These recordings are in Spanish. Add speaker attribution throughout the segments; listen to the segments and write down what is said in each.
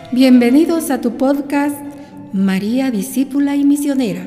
Speaker 1: Bienvenidos a tu podcast María, discípula y misionera.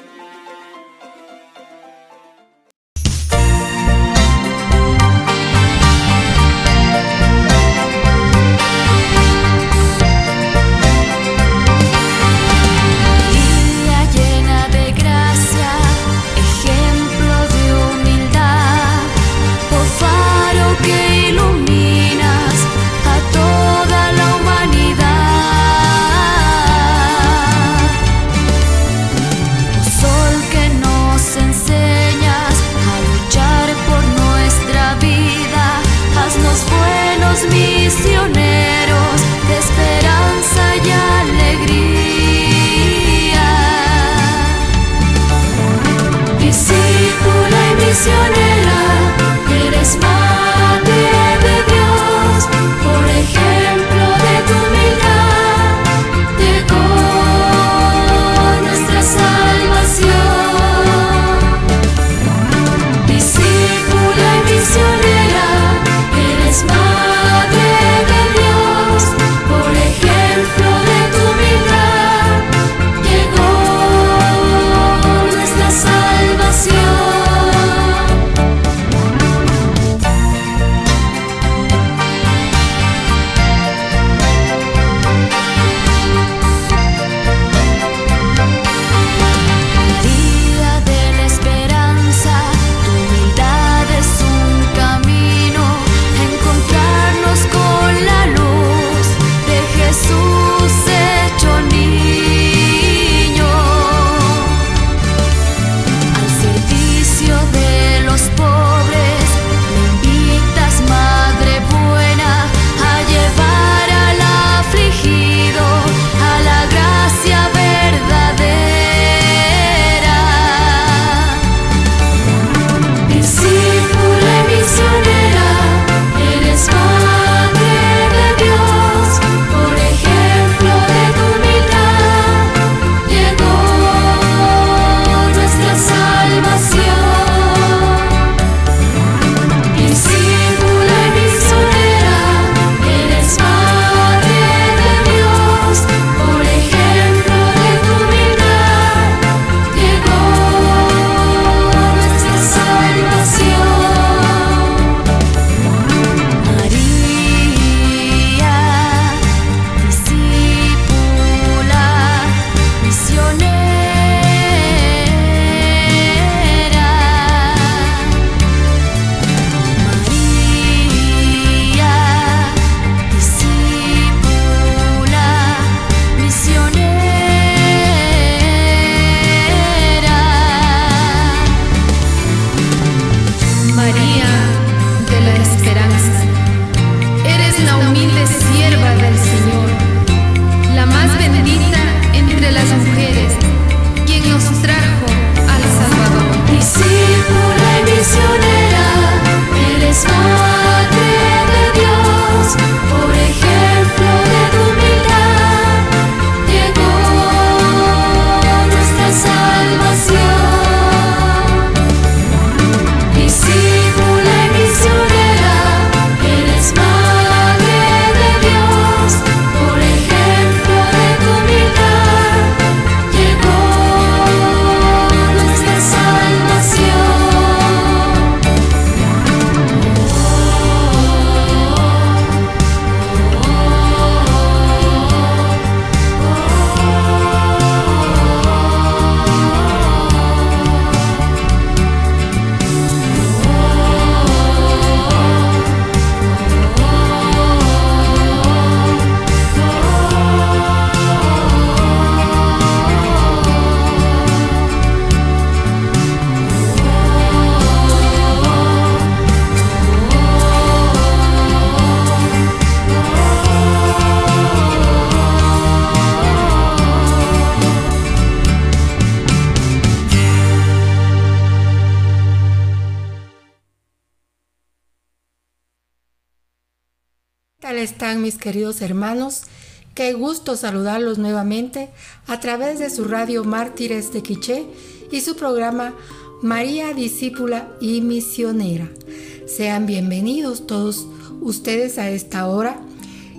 Speaker 1: ¿Qué tal están mis queridos hermanos? Qué gusto saludarlos nuevamente a través de su radio Mártires de Quiché y su programa María, discípula y misionera. Sean bienvenidos todos ustedes a esta hora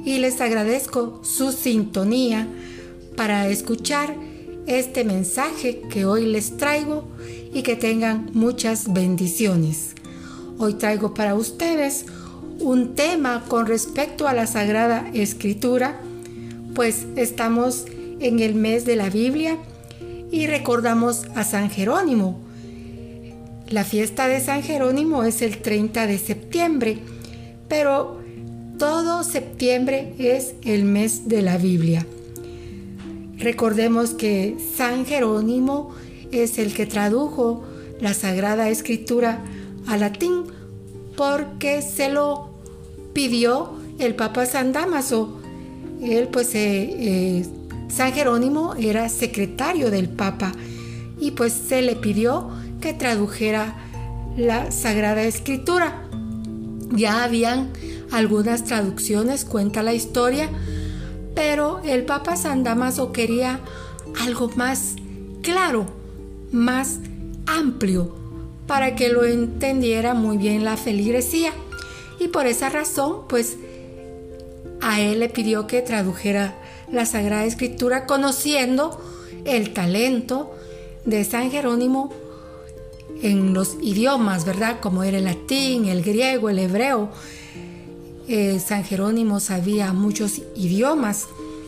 Speaker 1: y les agradezco su sintonía para escuchar este mensaje que hoy les traigo y que tengan muchas bendiciones. Hoy traigo para ustedes un tema con respecto a la Sagrada Escritura, pues estamos en el mes de la Biblia y recordamos a San Jerónimo. La fiesta de San Jerónimo es el 30 de septiembre, pero todo septiembre es el mes de la Biblia. Recordemos que San Jerónimo es el que tradujo la Sagrada Escritura al latín porque se lo pidió el Papa San Dámaso. Él, San Jerónimo era secretario del Papa y pues se le pidió que tradujera la Sagrada Escritura. Ya habían algunas traducciones, cuenta la historia, pero el Papa San Dámaso quería algo más claro, más amplio, para que lo entendiera muy bien la feligresía. Y por esa razón, pues, a él le pidió que tradujera la Sagrada Escritura, conociendo el talento de San Jerónimo en los idiomas, ¿verdad? Como era el latín, el griego, el hebreo. San Jerónimo sabía muchos idiomas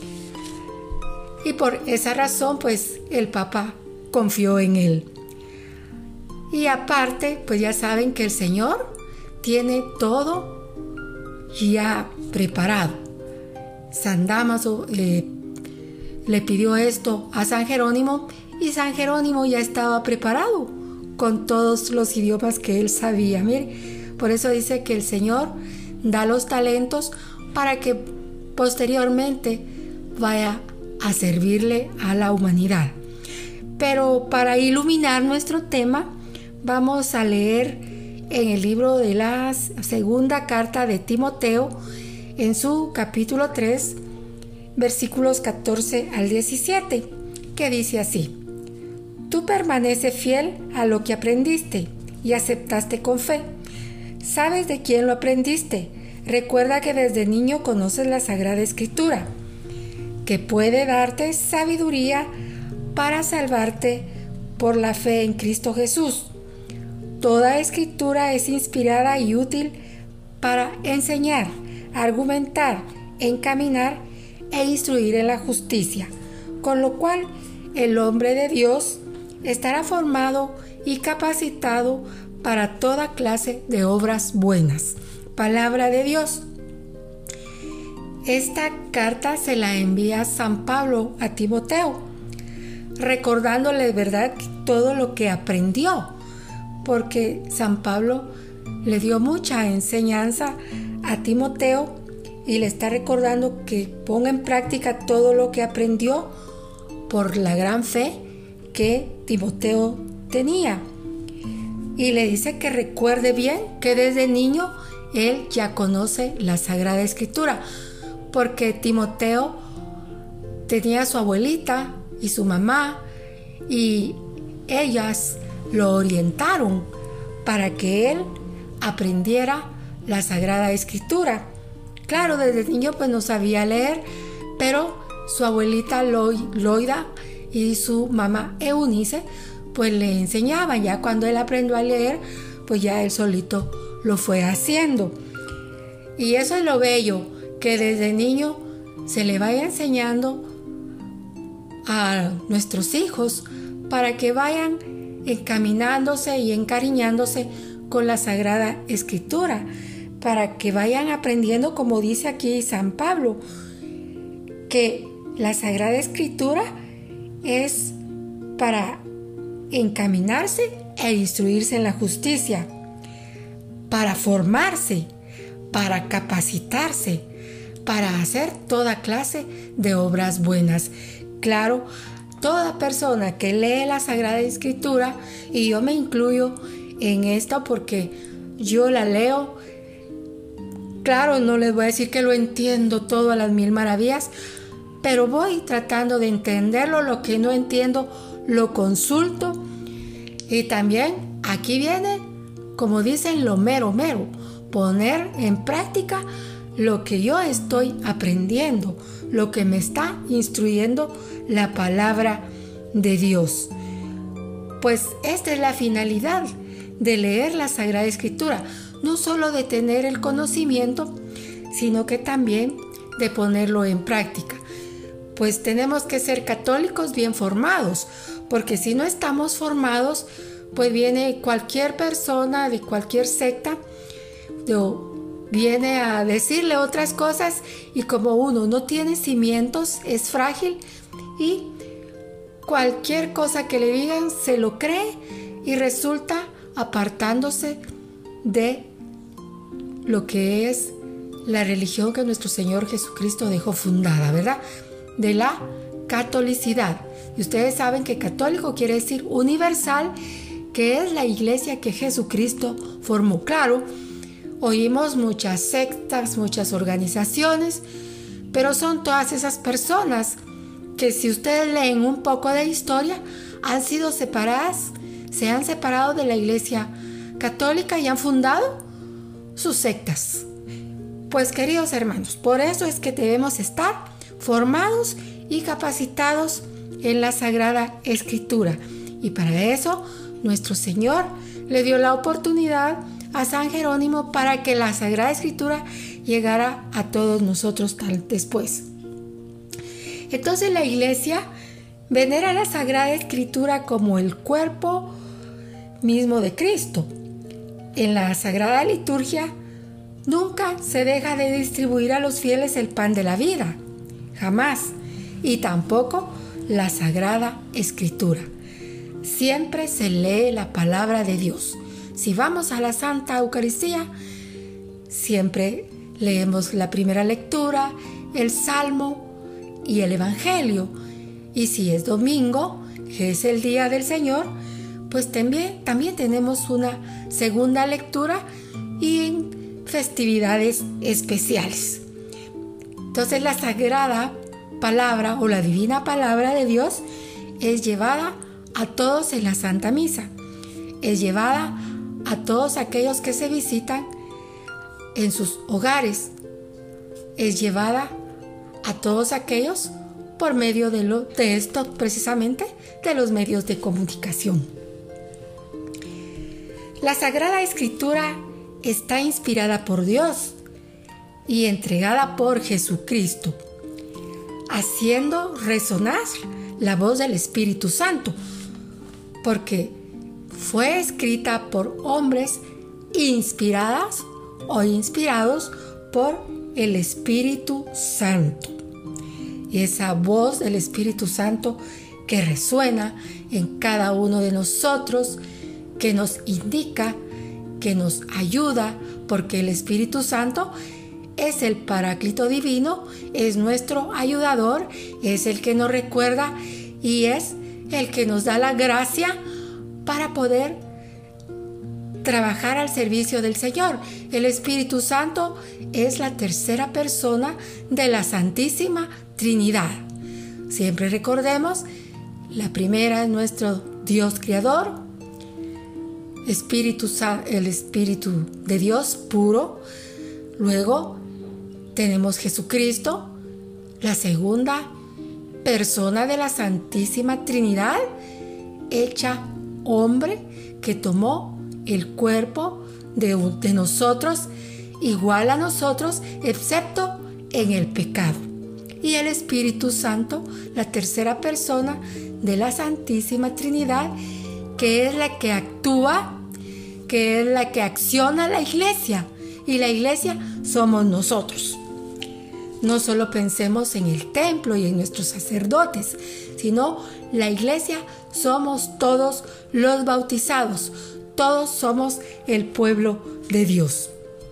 Speaker 1: y por esa razón pues el Papa confió en él. Y aparte pues ya saben que el Señor tiene todo ya preparado. San Dámaso le pidió esto a San Jerónimo y San Jerónimo ya estaba preparado con todos los idiomas que él sabía. Mire, por eso dice que el Señor da los talentos para que posteriormente vaya a servirle a la humanidad. Pero para iluminar nuestro tema, vamos a leer en el libro de la segunda carta de Timoteo, en su capítulo 3, versículos 14 al 17, que dice así: Tú permanece fiel a lo que aprendiste y aceptaste con fe. ¿Sabes de quién lo aprendiste? Recuerda que desde niño conoces la Sagrada Escritura, que puede darte sabiduría para salvarte por la fe en Cristo Jesús. Toda Escritura es inspirada y útil para enseñar, argumentar, encaminar e instruir en la justicia, con lo cual el hombre de Dios estará formado y capacitado para toda clase de obras buenas. Palabra de Dios. Esta carta se la envía San Pablo a Timoteo, recordándole, ¿verdad?, todo lo que aprendió, porque San Pablo le dio mucha enseñanza a Timoteo y le está recordando que ponga en práctica todo lo que aprendió por la gran fe que Timoteo tenía. Y le dice que recuerde bien que desde niño él ya conoce la Sagrada Escritura, porque Timoteo tenía a su abuelita y su mamá y ellas lo orientaron para que él aprendiera la Sagrada Escritura. Claro, desde niño pues no sabía leer, pero su abuelita Loida y su mamá Eunice pues le enseñaban. Ya cuando él aprendió a leer, pues ya él solito lo fue haciendo. Y eso es lo bello, que desde niño se le vaya enseñando a nuestros hijos para que vayan encaminándose y encariñándose con la Sagrada Escritura, para que vayan aprendiendo, como dice aquí San Pablo, que la Sagrada Escritura es para encaminarse e instruirse en la justicia, para formarse, para capacitarse, para hacer toda clase de obras buenas. Claro, toda persona que lee la Sagrada Escritura, y yo me incluyo en esto porque yo la leo, claro, no les voy a decir que lo entiendo todo a las mil maravillas, pero voy tratando de entenderlo. Lo que no entiendo lo consulto, y también aquí viene, como dicen, lo mero, poner en práctica lo que yo estoy aprendiendo, lo que me está instruyendo la palabra de Dios. Pues esta es la finalidad de leer la Sagrada Escritura, no solo de tener el conocimiento, sino que también de ponerlo en práctica. Pues tenemos que ser católicos bien formados, porque si no estamos formados, pues viene cualquier persona de cualquier secta, viene a decirle otras cosas, y como uno no tiene cimientos, es frágil, y cualquier cosa que le digan se lo cree y resulta apartándose de lo que es la religión que nuestro Señor Jesucristo dejó fundada, ¿verdad? De la catolicidad. Y ustedes saben que católico quiere decir universal, que es la iglesia que Jesucristo formó. Claro, oímos muchas sectas, muchas organizaciones, pero son todas esas personas que, si ustedes leen un poco de historia, han sido separadas, se han separado de la iglesia católica y han fundado sus sectas. Pues, queridos hermanos, por eso es que debemos estar formados y capacitados en la Sagrada Escritura. Y para eso nuestro Señor le dio la oportunidad a San Jerónimo para que la Sagrada Escritura llegara a todos nosotros después. Entonces la Iglesia venera la Sagrada Escritura como el cuerpo mismo de Cristo. En la Sagrada Liturgia nunca se deja de distribuir a los fieles el pan de la vida, jamás, y tampoco la Sagrada Escritura. Siempre se lee la palabra de Dios. Si vamos a la Santa Eucaristía, siempre leemos la primera lectura, el Salmo y el Evangelio. Y si es domingo, que es el día del Señor, pues también tenemos una segunda lectura y en festividades especiales. Entonces la sagrada palabra o la divina palabra de Dios es llevada a todos en la Santa Misa, es llevada a todos aquellos que se visitan en sus hogares, es llevada a todos aquellos por medio de esto, precisamente de los medios de comunicación. La Sagrada Escritura está inspirada por Dios y entregada por Jesucristo, haciendo resonar la voz del Espíritu Santo, porque fue escrita por hombres inspirados por el Espíritu Santo. Y esa voz del Espíritu Santo que resuena en cada uno de nosotros, que nos indica, que nos ayuda, porque el Espíritu Santo es el Paráclito Divino, es nuestro ayudador, es el que nos recuerda y es el que nos da la gracia para poder trabajar al servicio del Señor. El Espíritu Santo es la tercera persona de la Santísima Trinidad. Siempre recordemos, la primera es nuestro Dios Creador, el Espíritu de Dios puro. Luego tenemos Jesucristo, la segunda persona de la Santísima Trinidad, hecha hombre, que tomó el cuerpo de nosotros, igual a nosotros, excepto en el pecado. Y el Espíritu Santo, la tercera persona de la Santísima Trinidad, que es la que actúa, que es la que acciona la iglesia. Y la iglesia somos nosotros. No solo pensemos en el templo y en nuestros sacerdotes, sino la iglesia somos todos los bautizados. Todos somos el pueblo de Dios.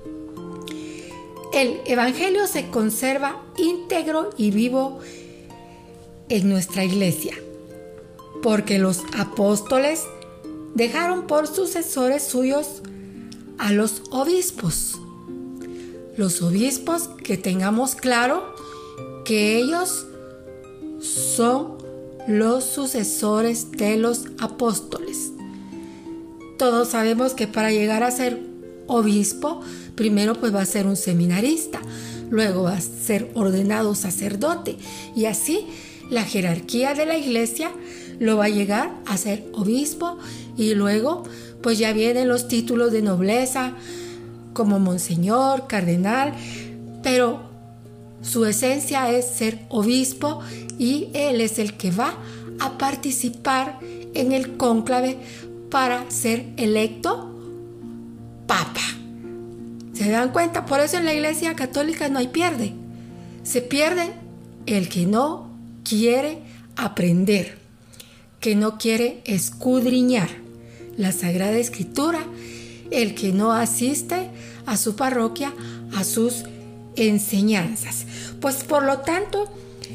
Speaker 1: El Evangelio se conserva íntegro y vivo en nuestra iglesia, porque los apóstoles dejaron por sucesores suyos a los obispos. Los obispos, que tengamos claro que ellos son los sucesores de los apóstoles. Todos sabemos que para llegar a ser obispo, primero pues va a ser un seminarista. luego va a ser ordenado sacerdote, y así la jerarquía de la iglesia lo va a llegar a ser obispo, y luego pues ya vienen los títulos de nobleza como monseñor, cardenal, pero su esencia es ser obispo, y él es el que va a participar en el cónclave para ser electo papa. ¿Se dan cuenta? Por eso en la iglesia católica no hay pierde. Se pierde el que no quiere aprender, que no quiere escudriñar la Sagrada Escritura, el que no asiste a su parroquia, a sus enseñanzas. Pues por lo tanto,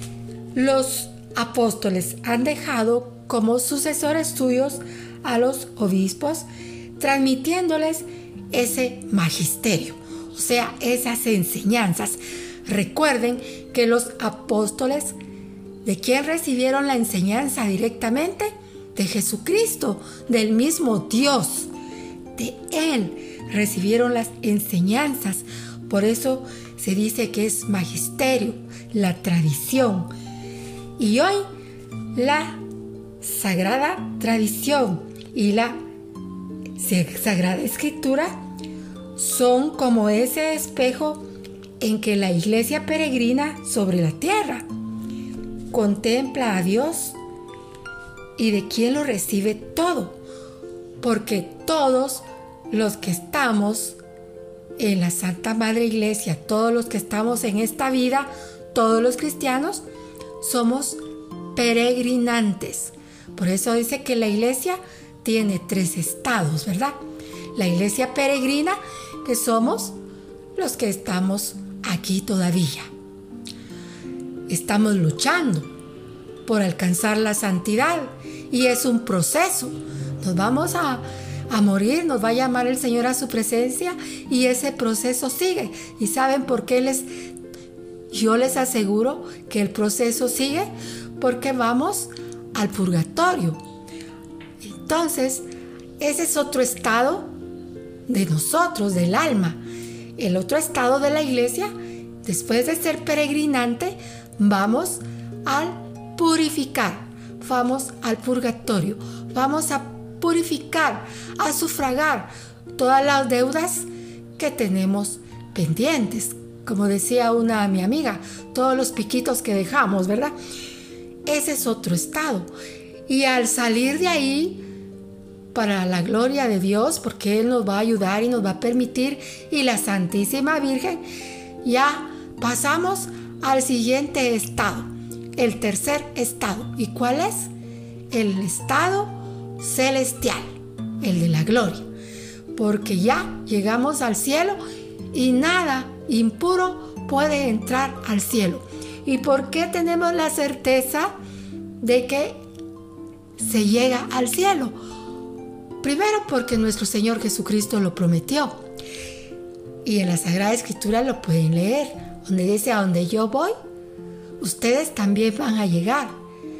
Speaker 1: los apóstoles han dejado como sucesores suyos a los obispos, transmitiéndoles ese magisterio, o sea, esas enseñanzas. Recuerden que los apóstoles, ¿de quién recibieron la enseñanza directamente? De Jesucristo, del mismo Dios. De Él recibieron las enseñanzas. Por eso se dice que es magisterio, la tradición. Y hoy la Sagrada Tradición y la Sagrada Escritura son como ese espejo en que la iglesia peregrina sobre la tierra contempla a Dios, y de quien lo recibe todo, porque todos los que estamos en la Santa Madre Iglesia, todos los que estamos en esta vida, todos los cristianos, somos peregrinantes. Por eso dice que la iglesia tiene 3 estados, ¿verdad? La iglesia peregrina, que somos los que estamos aquí todavía. Estamos luchando por alcanzar la santidad, y es un proceso. Nos vamos a morir, nos va a llamar el Señor a su presencia, y ese proceso sigue. ¿Y saben por qué yo les aseguro que el proceso sigue? Porque vamos al purgatorio. Entonces, ese es otro estado de nosotros, del alma. El otro estado de la iglesia, después de ser peregrinante, vamos al purificar, vamos al purgatorio, vamos a purificar, a sufragar todas las deudas que tenemos pendientes. Como decía mi amiga, todos los piquitos que dejamos, ¿verdad? Ese es otro estado. Y al salir de ahí, para la gloria de Dios, porque Él nos va a ayudar y nos va a permitir, y la Santísima Virgen, ya pasamos al siguiente estado, el tercer estado. ¿Y cuál es? El estado celestial, el de la gloria, porque ya llegamos al cielo y nada impuro puede entrar al cielo. ¿Y por qué tenemos la certeza de que se llega al cielo? Primero, porque nuestro Señor Jesucristo lo prometió, y en la Sagrada Escritura lo pueden leer, donde dice: a donde yo voy, ustedes también van a llegar.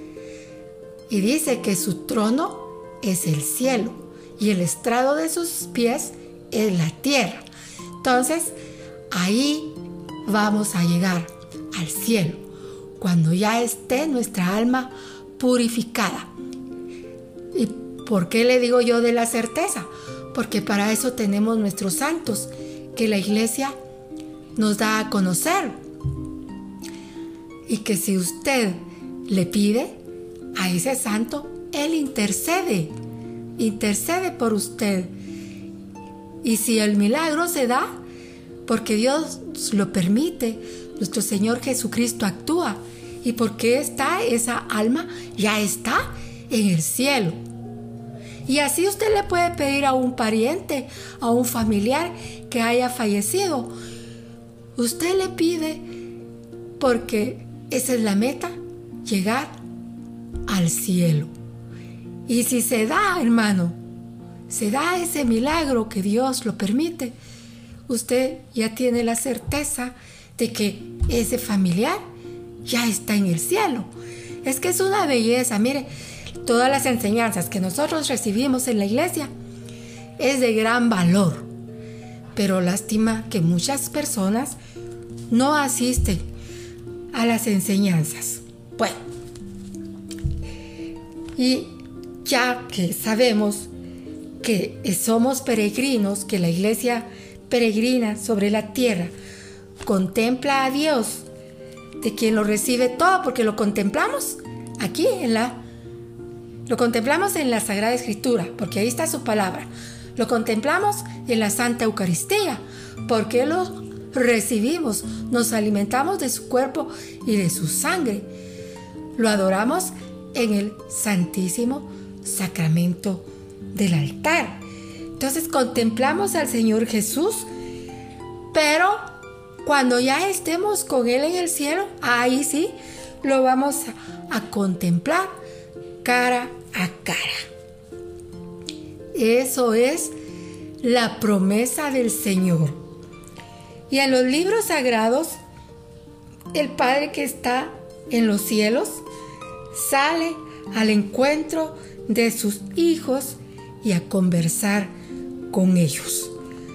Speaker 1: Y dice que su trono es el cielo, y el estrado de sus pies es la tierra. Entonces, ahí vamos a llegar al cielo, cuando ya esté nuestra alma purificada. ¿Y por qué le digo yo de la certeza? Porque para eso tenemos nuestros santos, que la iglesia nos da a conocer. Y que si usted le pide a ese santo, él intercede por usted. Y si el milagro se da, porque Dios lo permite, nuestro Señor Jesucristo actúa, y porque esa alma ya está en el cielo. Y así usted le puede pedir a un pariente, a un familiar que haya fallecido. Usted le pide porque esa es la meta, llegar al cielo. Y si se da, hermano, se da ese milagro que Dios lo permite, usted ya tiene la certeza de que ese familiar ya está en el cielo. Es que es una belleza. Mire, todas las enseñanzas que nosotros recibimos en la iglesia es de gran valor, pero lástima que muchas personas no asisten a las enseñanzas. Bueno, y ya que sabemos que somos peregrinos, que la iglesia peregrina sobre la tierra contempla a Dios, de quien lo recibe todo, porque lo contemplamos aquí lo contemplamos en la Sagrada Escritura, porque ahí está su palabra. Lo contemplamos en la Santa Eucaristía, porque lo recibimos, nos alimentamos de su cuerpo y de su sangre. Lo adoramos en el Santísimo Sacramento del altar. Entonces contemplamos al Señor Jesús, pero cuando ya estemos con Él en el cielo, ahí sí lo vamos a contemplar cara a cara. Eso es la promesa del Señor. Y en los libros sagrados, el Padre que está en los cielos sale al encuentro de sus hijos y a conversar con ellos.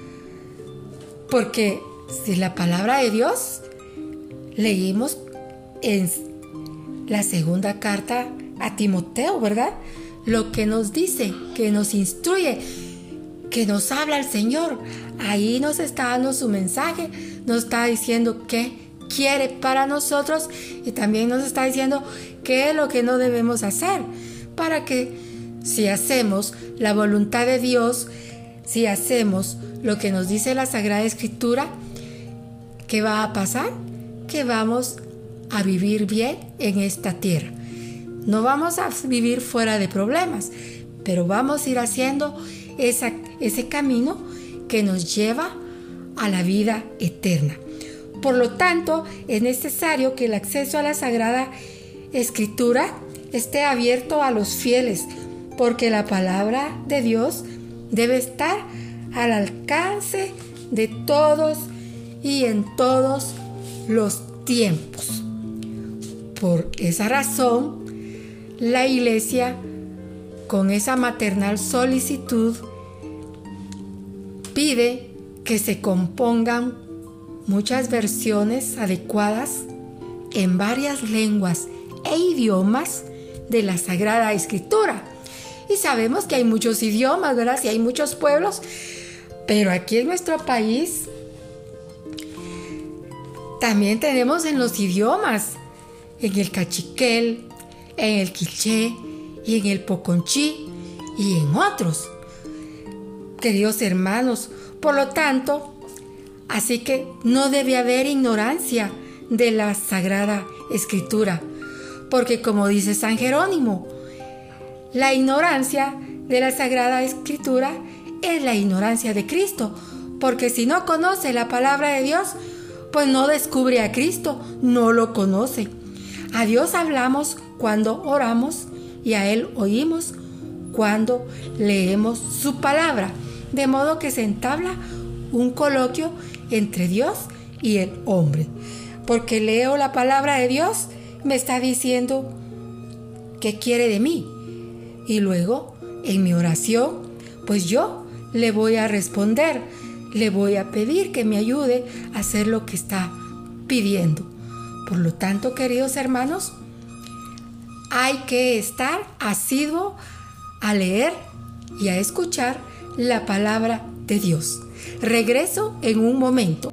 Speaker 1: Porque si la palabra de Dios, leímos en la segunda carta a Timoteo, ¿verdad? Lo que nos dice, que nos instruye, que nos habla el Señor. Ahí nos está dando su mensaje, nos está diciendo qué quiere para nosotros y también nos está diciendo qué es lo que no debemos hacer, para que si hacemos la voluntad de Dios, si hacemos lo que nos dice la Sagrada Escritura, ¿qué va a pasar? Que vamos a vivir bien en esta tierra. No vamos a vivir fuera de problemas, pero vamos a ir haciendo ese camino que nos lleva a la vida eterna. Por lo tanto, es necesario que el acceso a la Sagrada Escritura esté abierto a los fieles, porque la palabra de Dios debe estar al alcance de todos y en todos los tiempos. Por esa razón, la Iglesia, con esa maternal solicitud, pide que se compongan muchas versiones adecuadas en varias lenguas e idiomas de la Sagrada Escritura. Y sabemos que hay muchos idiomas, ¿verdad? Sí, hay muchos pueblos, pero aquí en nuestro país también tenemos en los idiomas, en el cachiquel, en el quiché y en el poconchí y en otros. Queridos hermanos, por lo tanto, así que no debe haber ignorancia de la Sagrada Escritura, porque como dice San Jerónimo, la ignorancia de la Sagrada Escritura es la ignorancia de Cristo, porque si no conoce la palabra de Dios, pues no descubre a Cristo, no lo conoce. A Dios hablamos cuando oramos y a Él oímos cuando leemos su palabra, de modo que se entabla un coloquio entre Dios y el hombre. Porque leo la palabra de Dios, me está diciendo qué quiere de mí. Y luego, en mi oración, pues yo le voy a responder, le voy a pedir que me ayude a hacer lo que está pidiendo. Por lo tanto, queridos hermanos, hay que estar asiduo a leer y a escuchar la palabra de Dios. Regreso en un momento.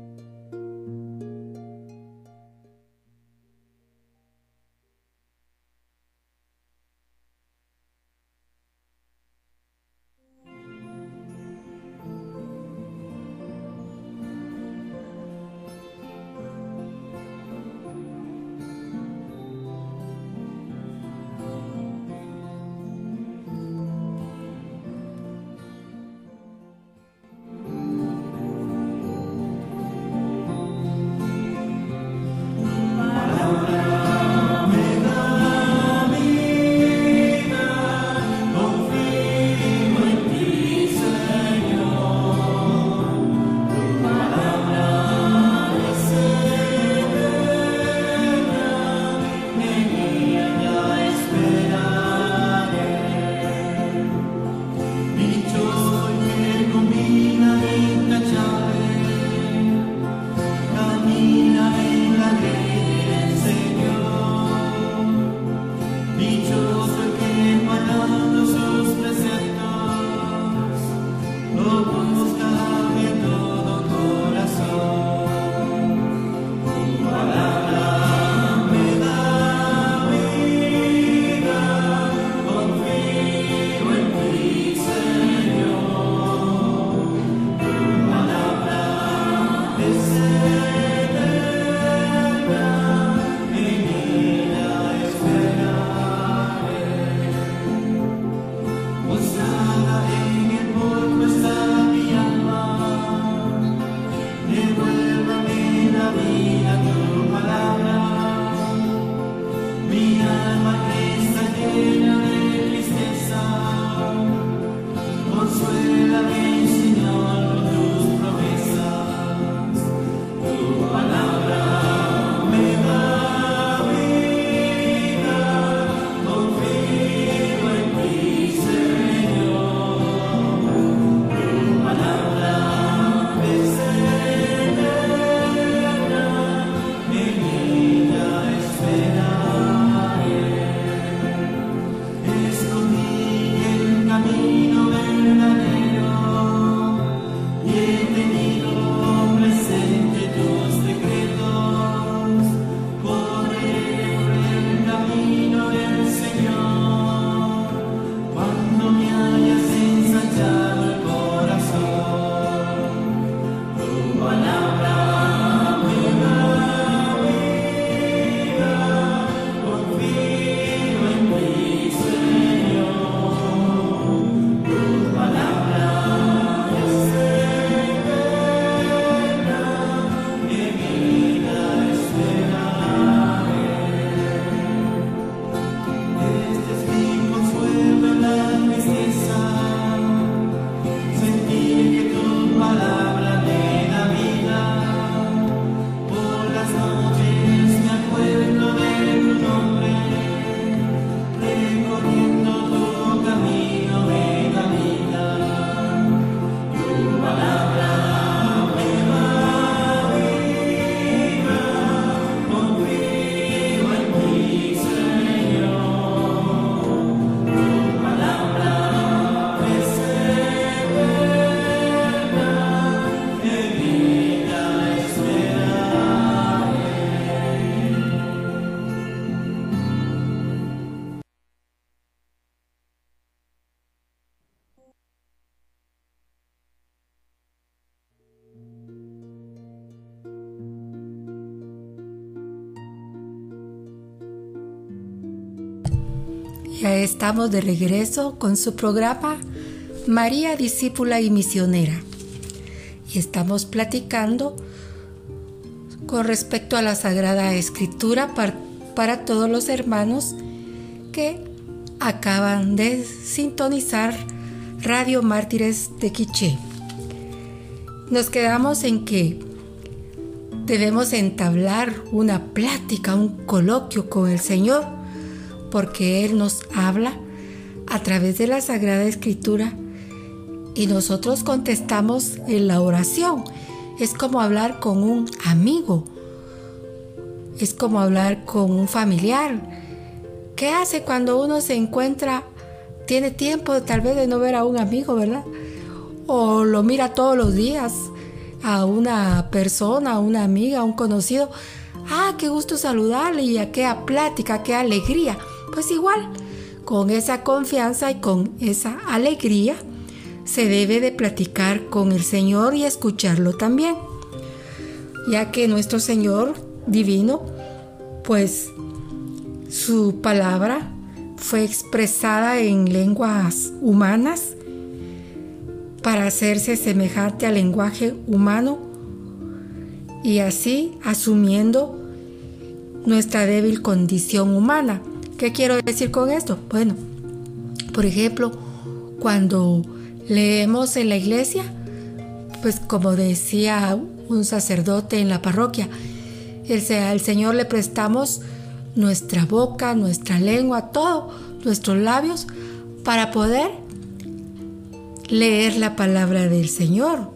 Speaker 1: Ya estamos de regreso con su programa María, discípula y misionera. Y estamos platicando con respecto a la Sagrada Escritura para todos los hermanos que acaban de sintonizar Radio Mártires de Quiché. Nos quedamos en que debemos entablar una plática, un coloquio con el Señor, porque Él nos habla a través de la Sagrada Escritura y nosotros contestamos en la oración. Es como hablar con un amigo, es como hablar con un familiar. ¿Qué hace cuando uno se encuentra, tiene tiempo tal vez de no ver a un amigo, verdad? O lo mira todos los días a una persona, a una amiga, a un conocido. ¡Ah, qué gusto saludarle! Y aquella plática, qué alegría. Pues igual, con esa confianza y con esa alegría, se debe de platicar con el Señor y escucharlo también. Ya que nuestro Señor divino, pues su palabra fue expresada en lenguas humanas para hacerse semejante al lenguaje humano y así asumiendo nuestra débil condición humana. ¿Qué quiero decir con esto? Bueno, por ejemplo, cuando leemos en la iglesia, pues como decía un sacerdote en la parroquia, al Señor le prestamos nuestra boca, nuestra lengua, todo, nuestros labios, para poder leer la palabra del Señor.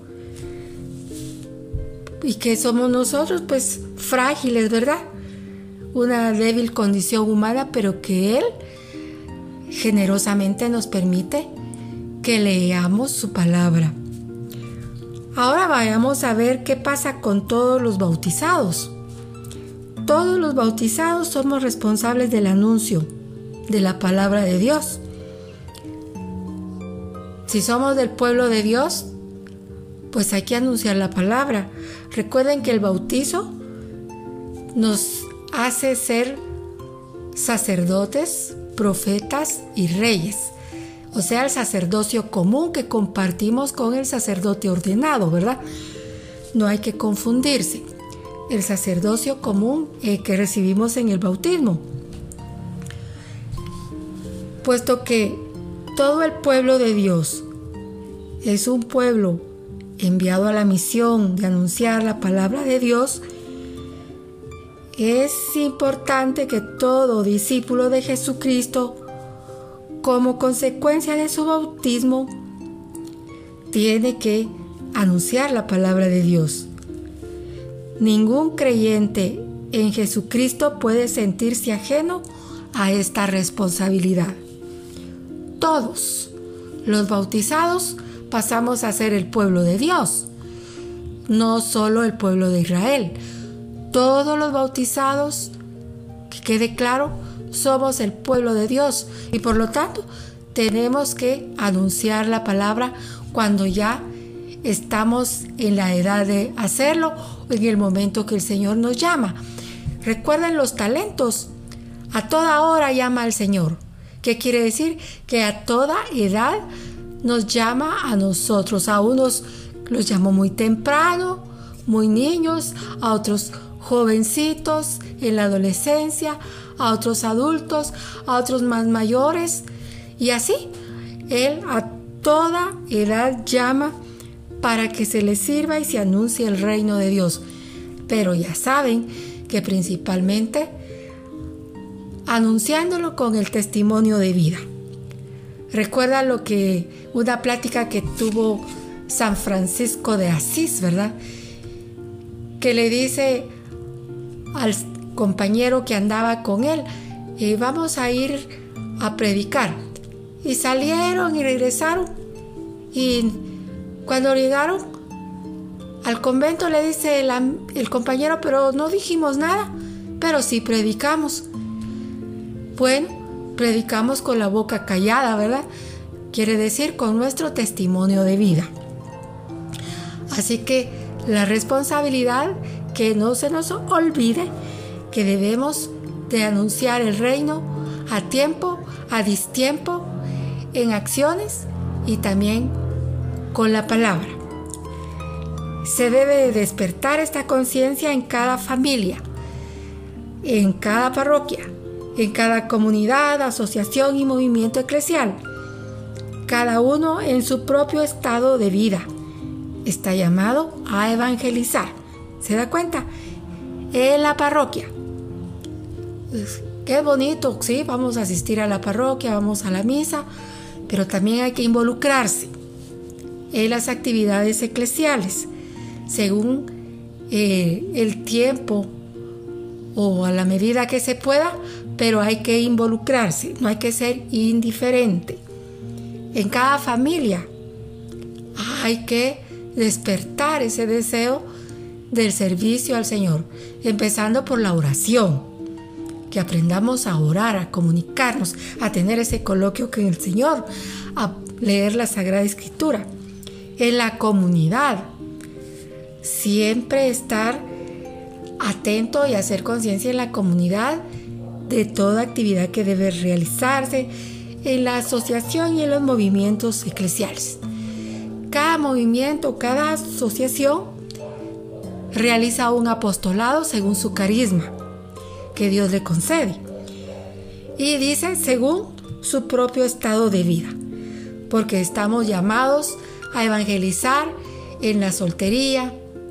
Speaker 1: ¿Y qué somos nosotros? Pues frágiles, ¿verdad? Una débil condición humana, pero que Él generosamente nos permite que leamos su palabra. Ahora vayamos a ver qué pasa con todos los bautizados. Todos los bautizados somos responsables del anuncio de la palabra de Dios. Si somos del pueblo de Dios, pues hay que anunciar la palabra. Recuerden que el bautizo nos hace ser sacerdotes, profetas y reyes. O sea, el sacerdocio común que compartimos con el sacerdote ordenado, ¿verdad? No hay que confundirse. El sacerdocio común que recibimos en el bautismo. Puesto que todo el pueblo de Dios es un pueblo enviado a la misión de anunciar la palabra de Dios, es importante que todo discípulo de Jesucristo, como consecuencia de su bautismo, tiene que anunciar la palabra de Dios. Ningún creyente en Jesucristo puede sentirse ajeno a esta responsabilidad. Todos los bautizados pasamos a ser el pueblo de Dios, no solo el pueblo de Israel. Todos los bautizados, que quede claro, somos el pueblo de Dios y por lo tanto tenemos que anunciar la palabra cuando ya estamos en la edad de hacerlo o en el momento que el Señor nos llama. Recuerden los talentos. A toda hora llama al Señor. ¿Qué quiere decir? Que a toda edad nos llama a nosotros. A unos los llamó muy temprano, muy niños, a otros jovencitos en la adolescencia, a otros adultos, a otros más mayores. Y así, Él a toda edad llama para que se les sirva y se anuncie el reino de Dios. Pero ya saben que principalmente anunciándolo con el testimonio de vida. Recuerda una plática que tuvo San Francisco de Asís, ¿verdad? Que le dice al compañero que andaba con él, vamos a ir a predicar. Y salieron y regresaron. Y cuando llegaron al convento le dice el compañero, pero no dijimos nada, pero sí predicamos. Bueno, predicamos con la boca callada, ¿verdad? Quiere decir con nuestro testimonio de vida. Así que la responsabilidad, que no se nos olvide que debemos de anunciar el reino a tiempo, a distiempo, en acciones y también con la palabra. Se debe despertar esta conciencia en cada familia, en cada parroquia, en cada comunidad, asociación y movimiento eclesial. Cada uno en su propio estado de vida está llamado a evangelizar. ¿Se da cuenta? En la parroquia. Qué bonito, sí, vamos a asistir a la parroquia, vamos a la misa, pero también hay que involucrarse en las actividades eclesiales, según el tiempo o a la medida que se pueda, pero hay que involucrarse, no hay que ser indiferente. En cada familia hay que despertar ese deseo del servicio al Señor, empezando por la oración, que aprendamos a orar, a comunicarnos, a tener ese coloquio con el Señor, a leer la Sagrada Escritura. En la comunidad, siempre estar atento y hacer conciencia en la comunidad de toda actividad que debe realizarse en la asociación y en los movimientos eclesiales. Cada movimiento, cada asociación realiza un apostolado según su carisma que Dios le concede. Y dice según su propio estado de vida, porque estamos llamados a evangelizar en la soltería,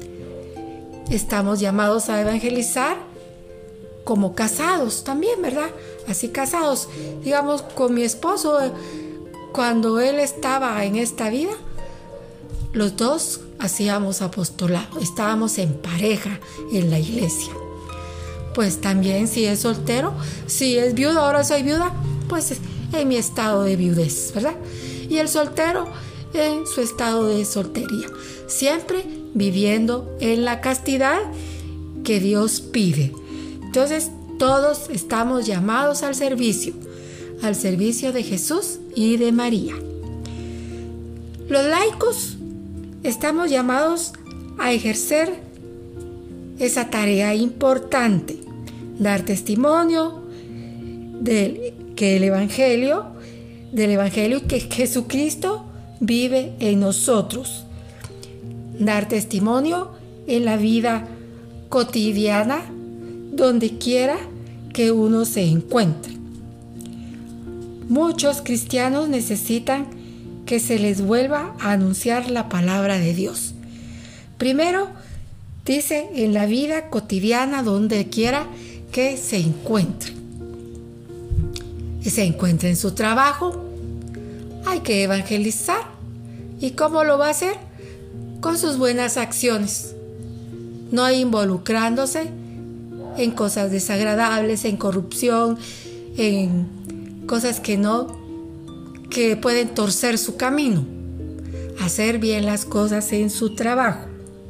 Speaker 1: estamos llamados a evangelizar como casados también, ¿verdad? Así casados, digamos, con mi esposo, cuando él estaba en esta vida, los dos hacíamos apostolado, estábamos en pareja en la iglesia. Pues también si es soltero, si es viuda, ahora soy viuda, pues en mi estado de viudez, ¿verdad? Y el soltero en su estado de soltería, siempre viviendo en la castidad que Dios pide. Entonces todos estamos llamados al servicio de Jesús y de María. Los laicos estamos llamados a ejercer esa tarea importante, dar testimonio del Evangelio que Jesucristo vive en nosotros, dar testimonio en la vida cotidiana, donde quiera que uno se encuentre. Muchos cristianos necesitan que se les vuelva a anunciar la palabra de Dios. Primero, dice en la vida cotidiana, donde quiera que se encuentre. Y se encuentre en su trabajo, hay que evangelizar. ¿Y cómo lo va a hacer? Con sus buenas acciones, no involucrándose en cosas desagradables, en corrupción, en cosas que pueden torcer su camino. Hacer bien las cosas en su trabajo.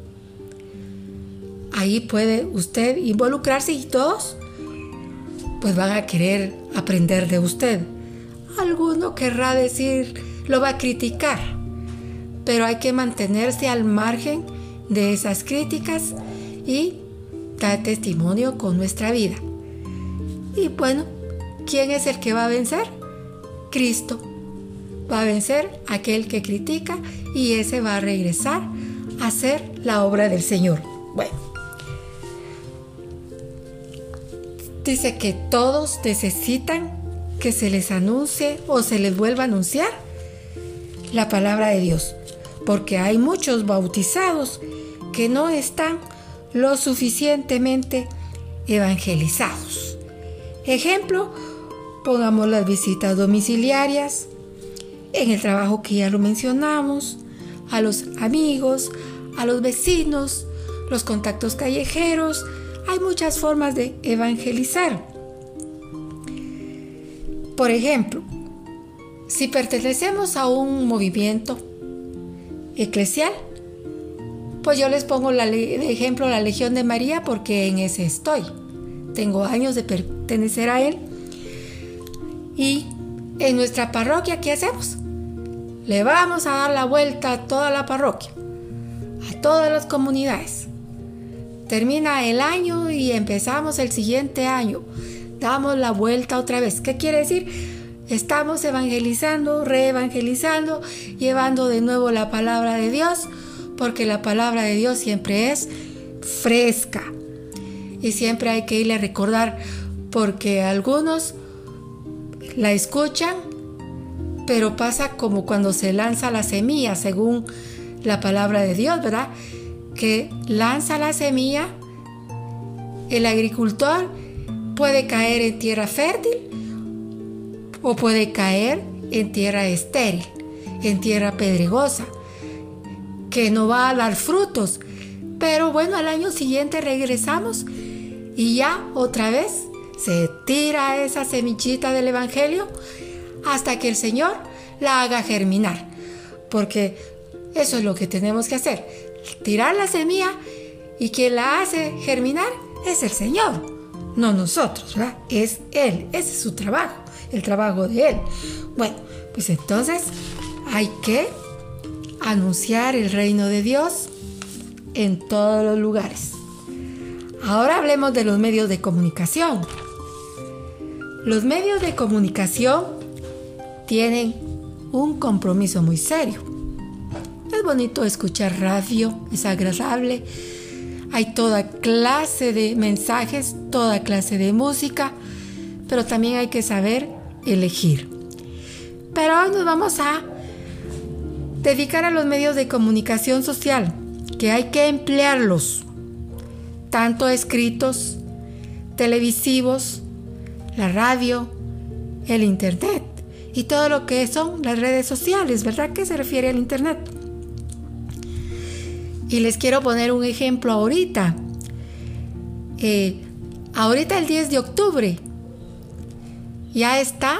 Speaker 1: Ahí puede usted involucrarse y todos pues van a querer aprender de usted. Alguno querrá decir, lo va a criticar, pero hay que mantenerse al margen de esas críticas y dar testimonio con nuestra vida. Y bueno, ¿quién es el que va a vencer? Cristo. Va a vencer aquel que critica y ese va a regresar a hacer la obra del Señor. Bueno, dice que todos necesitan que se les anuncie o se les vuelva a anunciar la palabra de Dios, porque hay muchos bautizados que no están lo suficientemente evangelizados. Ejemplo, pongamos las visitas domiciliarias, en el trabajo que ya lo mencionamos, a los amigos, a los vecinos, los contactos callejeros. Hay muchas formas de evangelizar. Por ejemplo, si pertenecemos a un movimiento eclesial, pues yo les pongo de ejemplo la Legión de María, porque en ese estoy. Tengo años de pertenecer a él. Y en nuestra parroquia, ¿qué hacemos? Le vamos a dar la vuelta a toda la parroquia, a todas las comunidades. Termina el año y empezamos el siguiente año, damos la vuelta otra vez. ¿Qué quiere decir? Estamos evangelizando, reevangelizando, llevando de nuevo la palabra de Dios, porque la palabra de Dios siempre es fresca. Y siempre hay que irle a recordar, porque algunos la escuchan, pero pasa como cuando se lanza la semilla, según la palabra de Dios, ¿verdad? Que lanza la semilla, el agricultor puede caer en tierra fértil o puede caer en tierra estéril, en tierra pedregosa, que no va a dar frutos. Pero bueno, al año siguiente regresamos y ya otra vez se tira esa semillita del evangelio hasta que el Señor la haga germinar. Porque eso es lo que tenemos que hacer, tirar la semilla, y quien la hace germinar es el Señor, no nosotros, ¿verdad? Es Él, ese es su trabajo, el trabajo de Él. Bueno, pues entonces hay que anunciar el reino de Dios en todos los lugares. Ahora hablemos de los medios de comunicación. Los medios de comunicación tienen un compromiso muy serio. Es bonito escuchar radio, es agradable. Hay toda clase de mensajes, toda clase de música, pero también hay que saber elegir. Pero hoy nos vamos a dedicar a los medios de comunicación social, que hay que emplearlos, tanto escritos, televisivos, la radio, el internet y todo lo que son las redes sociales, ¿verdad? ¿Qué se refiere al internet? Y les quiero poner un ejemplo ahorita. Ahorita el 10 de octubre ya está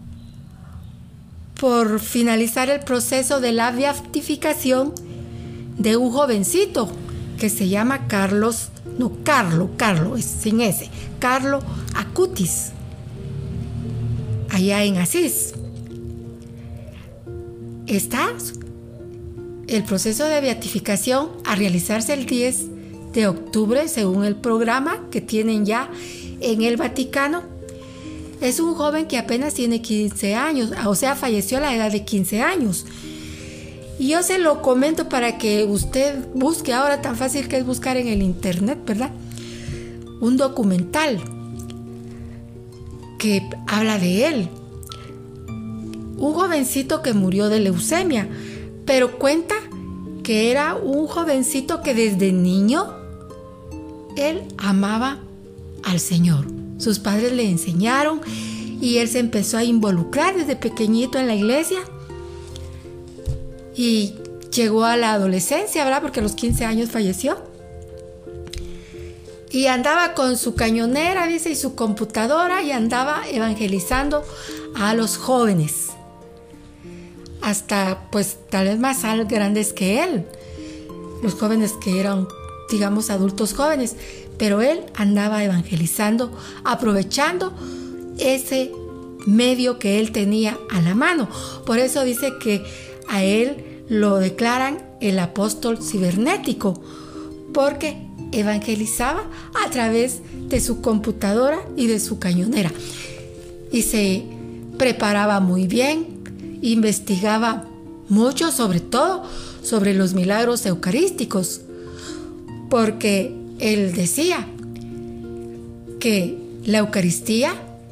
Speaker 1: por finalizar el proceso de la beatificación de un jovencito que se llama Carlo es sin S, Carlo Acutis, allá en Asís. Está el proceso de beatificación a realizarse el 10 de octubre, según el programa que tienen ya en el Vaticano. Es un joven que apenas tiene 15 años, o sea, falleció a la edad de 15 años. Y yo se lo comento para que usted busque, ahora tan fácil que es buscar en el internet, ¿verdad? Un documental que habla de él. Un jovencito que murió de leucemia, pero cuenta que era un jovencito que desde niño él amaba al Señor. Sus padres le enseñaron y él se empezó a involucrar desde pequeñito en la iglesia y llegó a la adolescencia, ¿verdad? Porque a los 15 años falleció. Y andaba con su cañonera, dice, y su computadora, y andaba evangelizando a los jóvenes. Hasta, pues, tal vez más grandes que él. Los jóvenes que eran, digamos, adultos jóvenes. Pero él andaba evangelizando, aprovechando ese medio que él tenía a la mano. Por eso dice que a él lo declaran el apóstol cibernético, porque evangelizaba a través de su computadora y de su cañonera. Y se preparaba muy bien, investigaba mucho, sobre todo sobre los milagros eucarísticos, porque él decía que la Eucaristía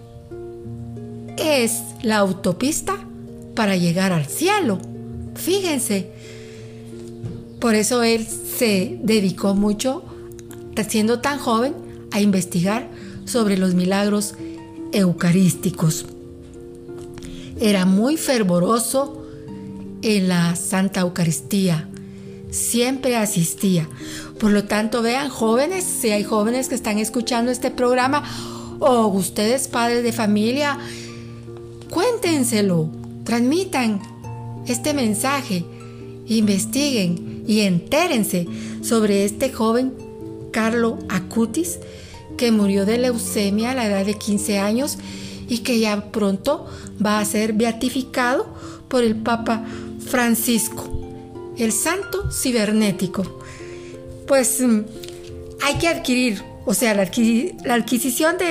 Speaker 1: es la autopista para llegar al cielo. Fíjense, por eso él se dedicó mucho, siendo tan joven, a investigar sobre los milagros eucarísticos. Era muy fervoroso en la Santa Eucaristía, siempre asistía. Por lo tanto, vean, jóvenes, si hay jóvenes que están escuchando este programa, o ustedes padres de familia, cuéntenselo, transmitan este mensaje, investiguen y entérense sobre este joven Carlo Acutis, que murió de leucemia a la edad de 15 años y que ya pronto va a ser beatificado por el Papa Francisco, el santo cibernético. Pues hay que adquirir, o sea, la adquisición de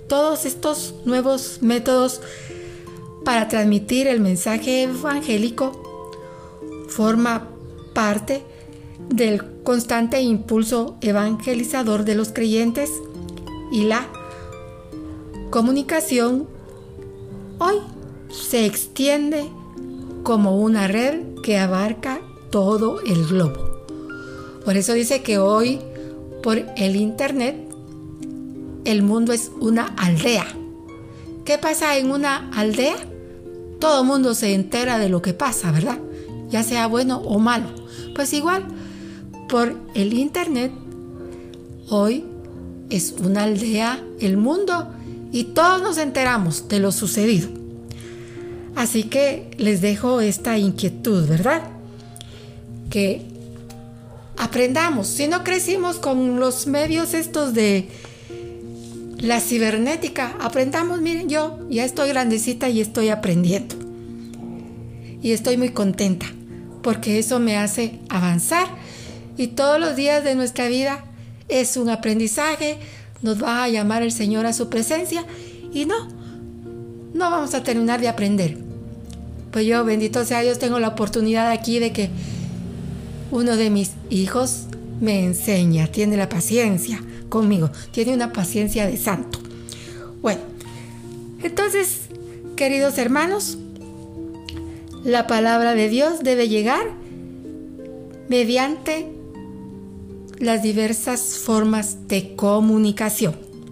Speaker 1: todos estos nuevos métodos para transmitir el mensaje evangélico forma parte del constante impulso evangelizador de los creyentes, y la comunicación hoy se extiende como una red que abarca todo el globo. Por eso dice que hoy, por el internet, el mundo es una aldea. ¿Qué pasa en una aldea? Todo el mundo se entera de lo que pasa, ¿verdad? Ya sea bueno o malo. Pues igual, por el internet, hoy es una aldea el mundo y todos nos enteramos de lo sucedido. Así que les dejo esta inquietud, ¿verdad? Que aprendamos. Si no crecimos con los medios estos de la cibernética, aprendamos. Miren, yo ya estoy grandecita y estoy aprendiendo. Y estoy muy contenta porque eso me hace avanzar. Y todos los días de nuestra vida es un aprendizaje. Nos va a llamar el Señor a su presencia y no vamos a terminar de aprender. Pues yo, bendito sea Dios, tengo la oportunidad aquí de que uno de mis hijos me enseña, tiene la paciencia conmigo, tiene una paciencia de santo. Bueno, entonces, queridos hermanos, la palabra de Dios debe llegar mediante las diversas formas de comunicación.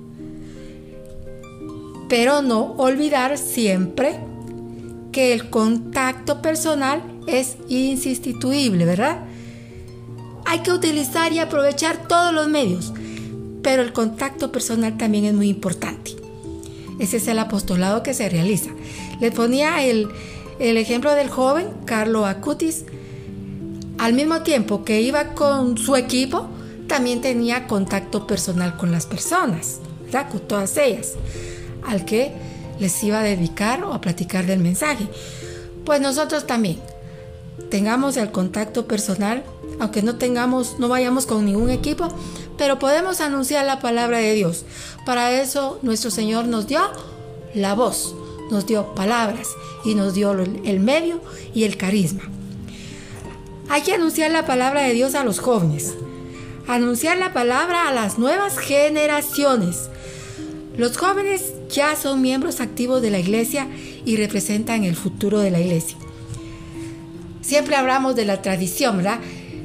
Speaker 1: Pero no olvidar siempre que el contacto personal es insustituible, ¿verdad? Hay que utilizar y aprovechar todos los medios, pero el contacto personal también es muy importante. Ese es el apostolado que se realiza. Les ponía el ejemplo del joven Carlo Acutis. Al mismo tiempo que iba con su equipo, también tenía contacto personal con las personas, ¿verdad? Con todas ellas, al que les iba a dedicar o a platicar del mensaje. Pues nosotros también tengamos el contacto personal, aunque no vayamos con ningún equipo, pero podemos anunciar la palabra de Dios. Para eso nuestro Señor nos dio la voz, nos dio palabras y nos dio el medio y el carisma. Hay que anunciar la palabra de Dios a los jóvenes, anunciar la palabra a las nuevas generaciones. Los jóvenes ya son miembros activos de la iglesia y representan el futuro de la iglesia. Siempre hablamos de la tradición, ¿verdad?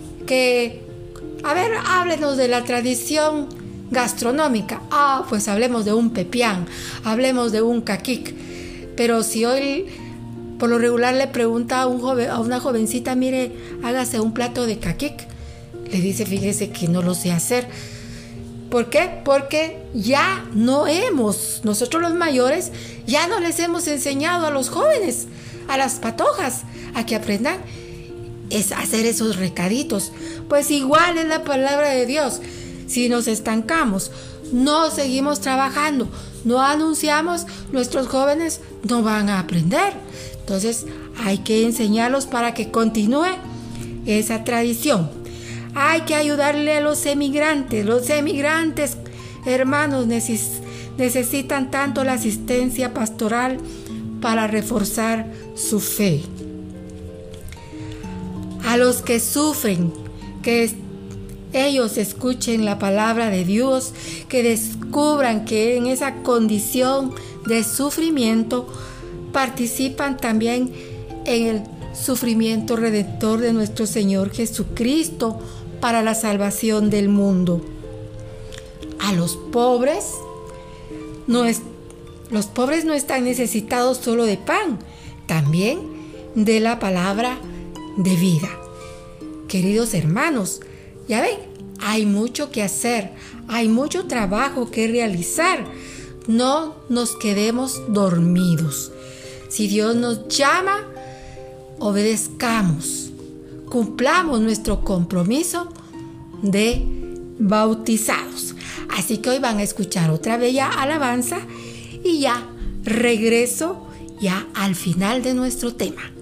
Speaker 1: Háblenos de la tradición gastronómica. Pues hablemos de un pepián, hablemos de un caquic. Pero si hoy por lo regular le pregunta a una jovencita, mire, hágase un plato de caquic, le dice, fíjese que no lo sé hacer. ¿Por qué? Porque nosotros los mayores, ya no les hemos enseñado a los jóvenes, a las patojas, a que aprendan es hacer esos recaditos. Pues igual es la palabra de Dios. Si nos estancamos, no seguimos trabajando, no anunciamos, nuestros jóvenes no van a aprender. Entonces hay que enseñarlos para que continúe esa tradición. Hay que ayudarle a los emigrantes. Los emigrantes, hermanos, necesitan tanto la asistencia pastoral para reforzar su fe. A los que sufren, que ellos escuchen la palabra de Dios, que descubran que en esa condición de sufrimiento participan también en el sufrimiento redentor de nuestro Señor Jesucristo para la salvación del mundo. A los pobres los pobres no están necesitados solo de pan, también de la palabra de vida. Queridos hermanos, ya ven, hay mucho que hacer, hay mucho trabajo que realizar. No nos quedemos dormidos. Si Dios nos llama, obedezcamos, cumplamos nuestro compromiso de bautizados. Así que hoy van a escuchar otra bella alabanza y ya regreso ya al final de nuestro tema.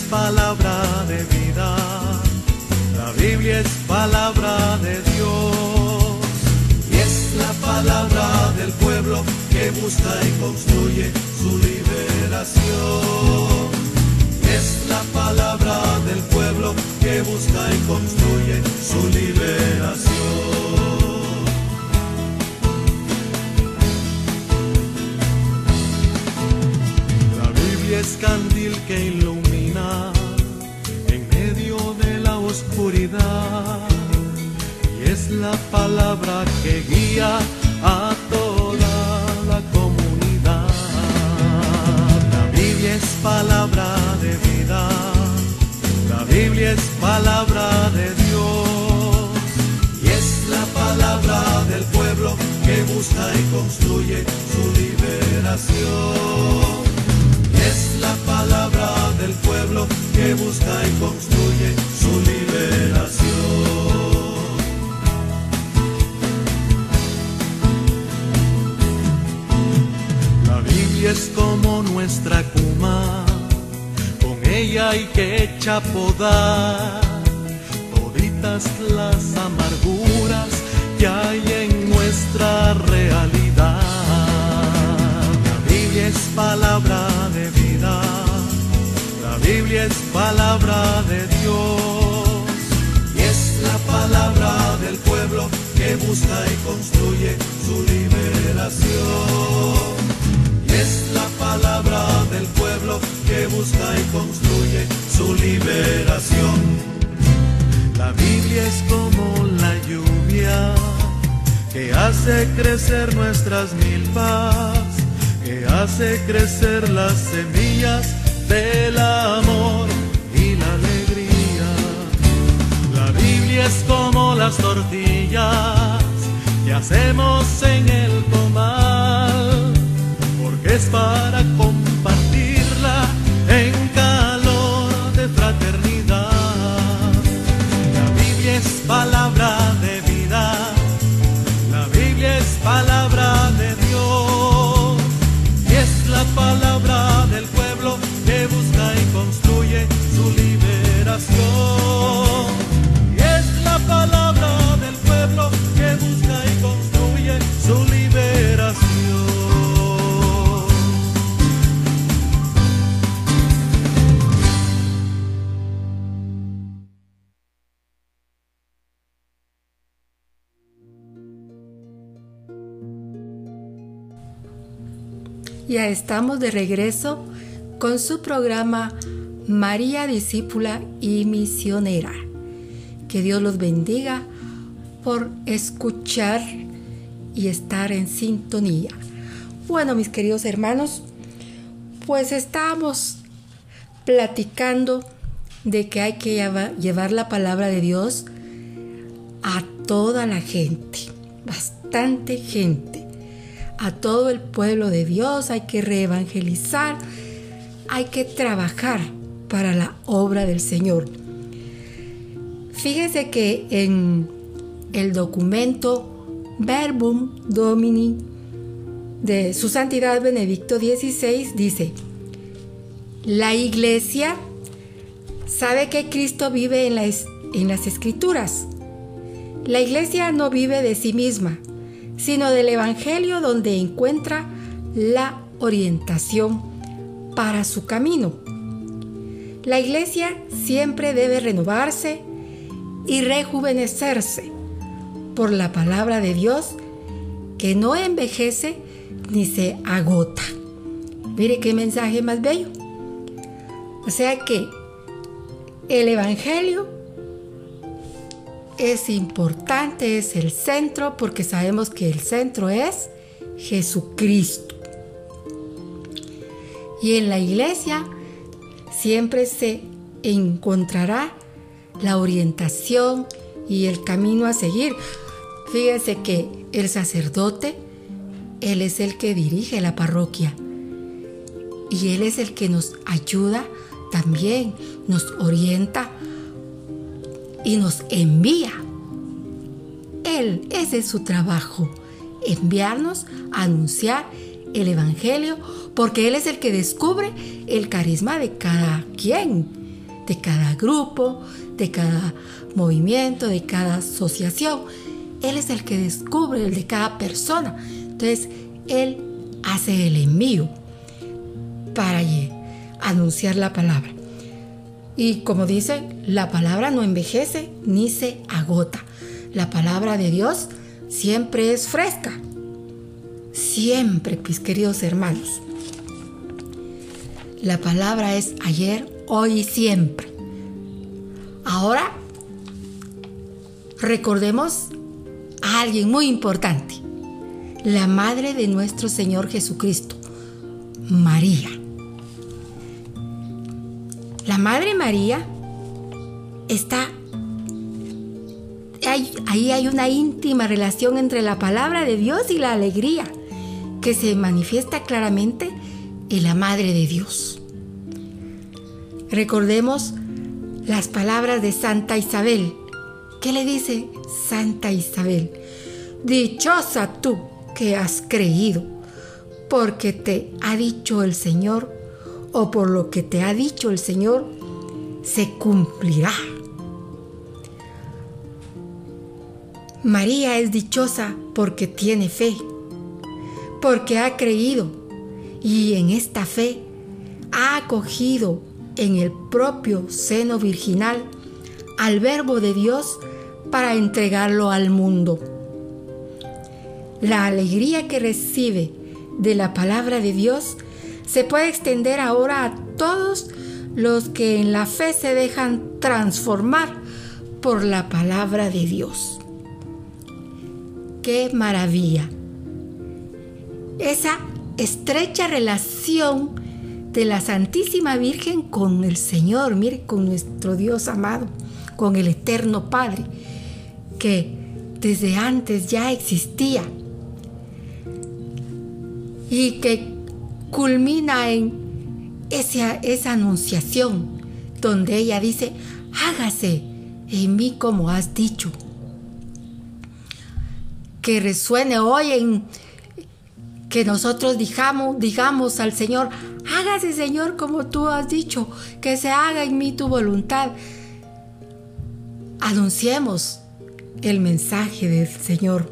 Speaker 2: palabra de vida, la Biblia es palabra de Dios, y es la palabra del pueblo que busca y construye su liberación. Es la palabra del pueblo que busca y construye su liberación. La Biblia es candil que ilumina en medio de la oscuridad, y es la palabra que guía a toda la comunidad. La Biblia es palabra de vida, la Biblia es palabra de Dios, y es la palabra del pueblo que busca y construye su liberación. Y es la palabra del pueblo que busca y construye su liberación. La Biblia es como nuestra cuma, con ella hay que chapodar toditas las amarguras que hay en nuestra realidad. La Biblia es palabra de vida, la Biblia es palabra de Dios, y es la palabra del pueblo que busca y construye su liberación. Y es la palabra del pueblo que busca y construye su liberación. La Biblia es como la lluvia que hace crecer nuestras milpas, que hace crecer las semillas del amor y la alegría. La Biblia es como las tortillas que hacemos en el comal, porque es para compartirla en calor de fraternidad. La Biblia es palabra de vida, la Biblia es palabra de Dios, y es la palabra del pueblo que busca y construye su liberación. Y es la palabra del pueblo que busca y construye su liberación.
Speaker 1: Ya estamos de regreso con su programa María Discípula y Misionera. Que Dios los bendiga por escuchar y estar en sintonía. Bueno, mis queridos hermanos, pues estamos platicando de que hay que llevar la palabra de Dios a toda la gente, bastante gente. A todo el pueblo de Dios hay que reevangelizar, hay que trabajar para la obra del Señor. Fíjense que en el documento Verbum Domini de Su Santidad Benedicto XVI dice: la Iglesia sabe que Cristo vive en las Escrituras. La Iglesia no vive de sí misma, sino del Evangelio, donde encuentra la orientación para su camino. La Iglesia siempre debe renovarse y rejuvenecerse por la palabra de Dios, que no envejece ni se agota. Mire qué mensaje más bello. O sea que el Evangelio es importante, es el centro, porque sabemos que el centro es Jesucristo. Y en la Iglesia siempre se encontrará la orientación y el camino a seguir. Fíjense que el sacerdote, él es el que dirige la parroquia, y él es el que nos ayuda también, nos orienta y nos envía. Ese es su trabajo, enviarnos a anunciar el Evangelio, porque Él es el que descubre el carisma de cada quien. de cada grupo, de cada movimiento, de cada asociación. Él es el que descubre el de cada persona. Entonces, Él hace el envío para anunciar la palabra. Y como dice, la palabra no envejece ni se agota. La palabra de Dios siempre es fresca. Siempre, mis queridos hermanos. La palabra es ayer, hoy y siempre. Ahora, recordemos a alguien muy importante. La madre de nuestro Señor Jesucristo, María. La Madre María ahí hay una íntima relación entre la palabra de Dios y la alegría que se manifiesta claramente en la Madre de Dios. Recordemos las palabras de Santa Isabel. ¿Qué le dice Santa Isabel? Dichosa tú que has creído, porque te ha dicho el Señor, o por lo que te ha dicho el Señor, se cumplirá. María es dichosa porque tiene fe, porque ha creído, y en esta fe ha acogido en el propio seno virginal al Verbo de Dios para entregarlo al mundo. La alegría que recibe de la palabra de Dios se puede extender ahora a todos los que en la fe se dejan transformar por la palabra de Dios. ¡Qué maravilla! Esa estrecha relación de la Santísima Virgen con el Señor, mire, con nuestro Dios amado, con el Eterno Padre, que desde antes ya existía y que culmina en esa anunciación donde ella dice: hágase en mí como has dicho. Que resuene hoy en que nosotros digamos al Señor: hágase, Señor, como tú has dicho, que se haga en mí tu voluntad. Anunciemos el mensaje del Señor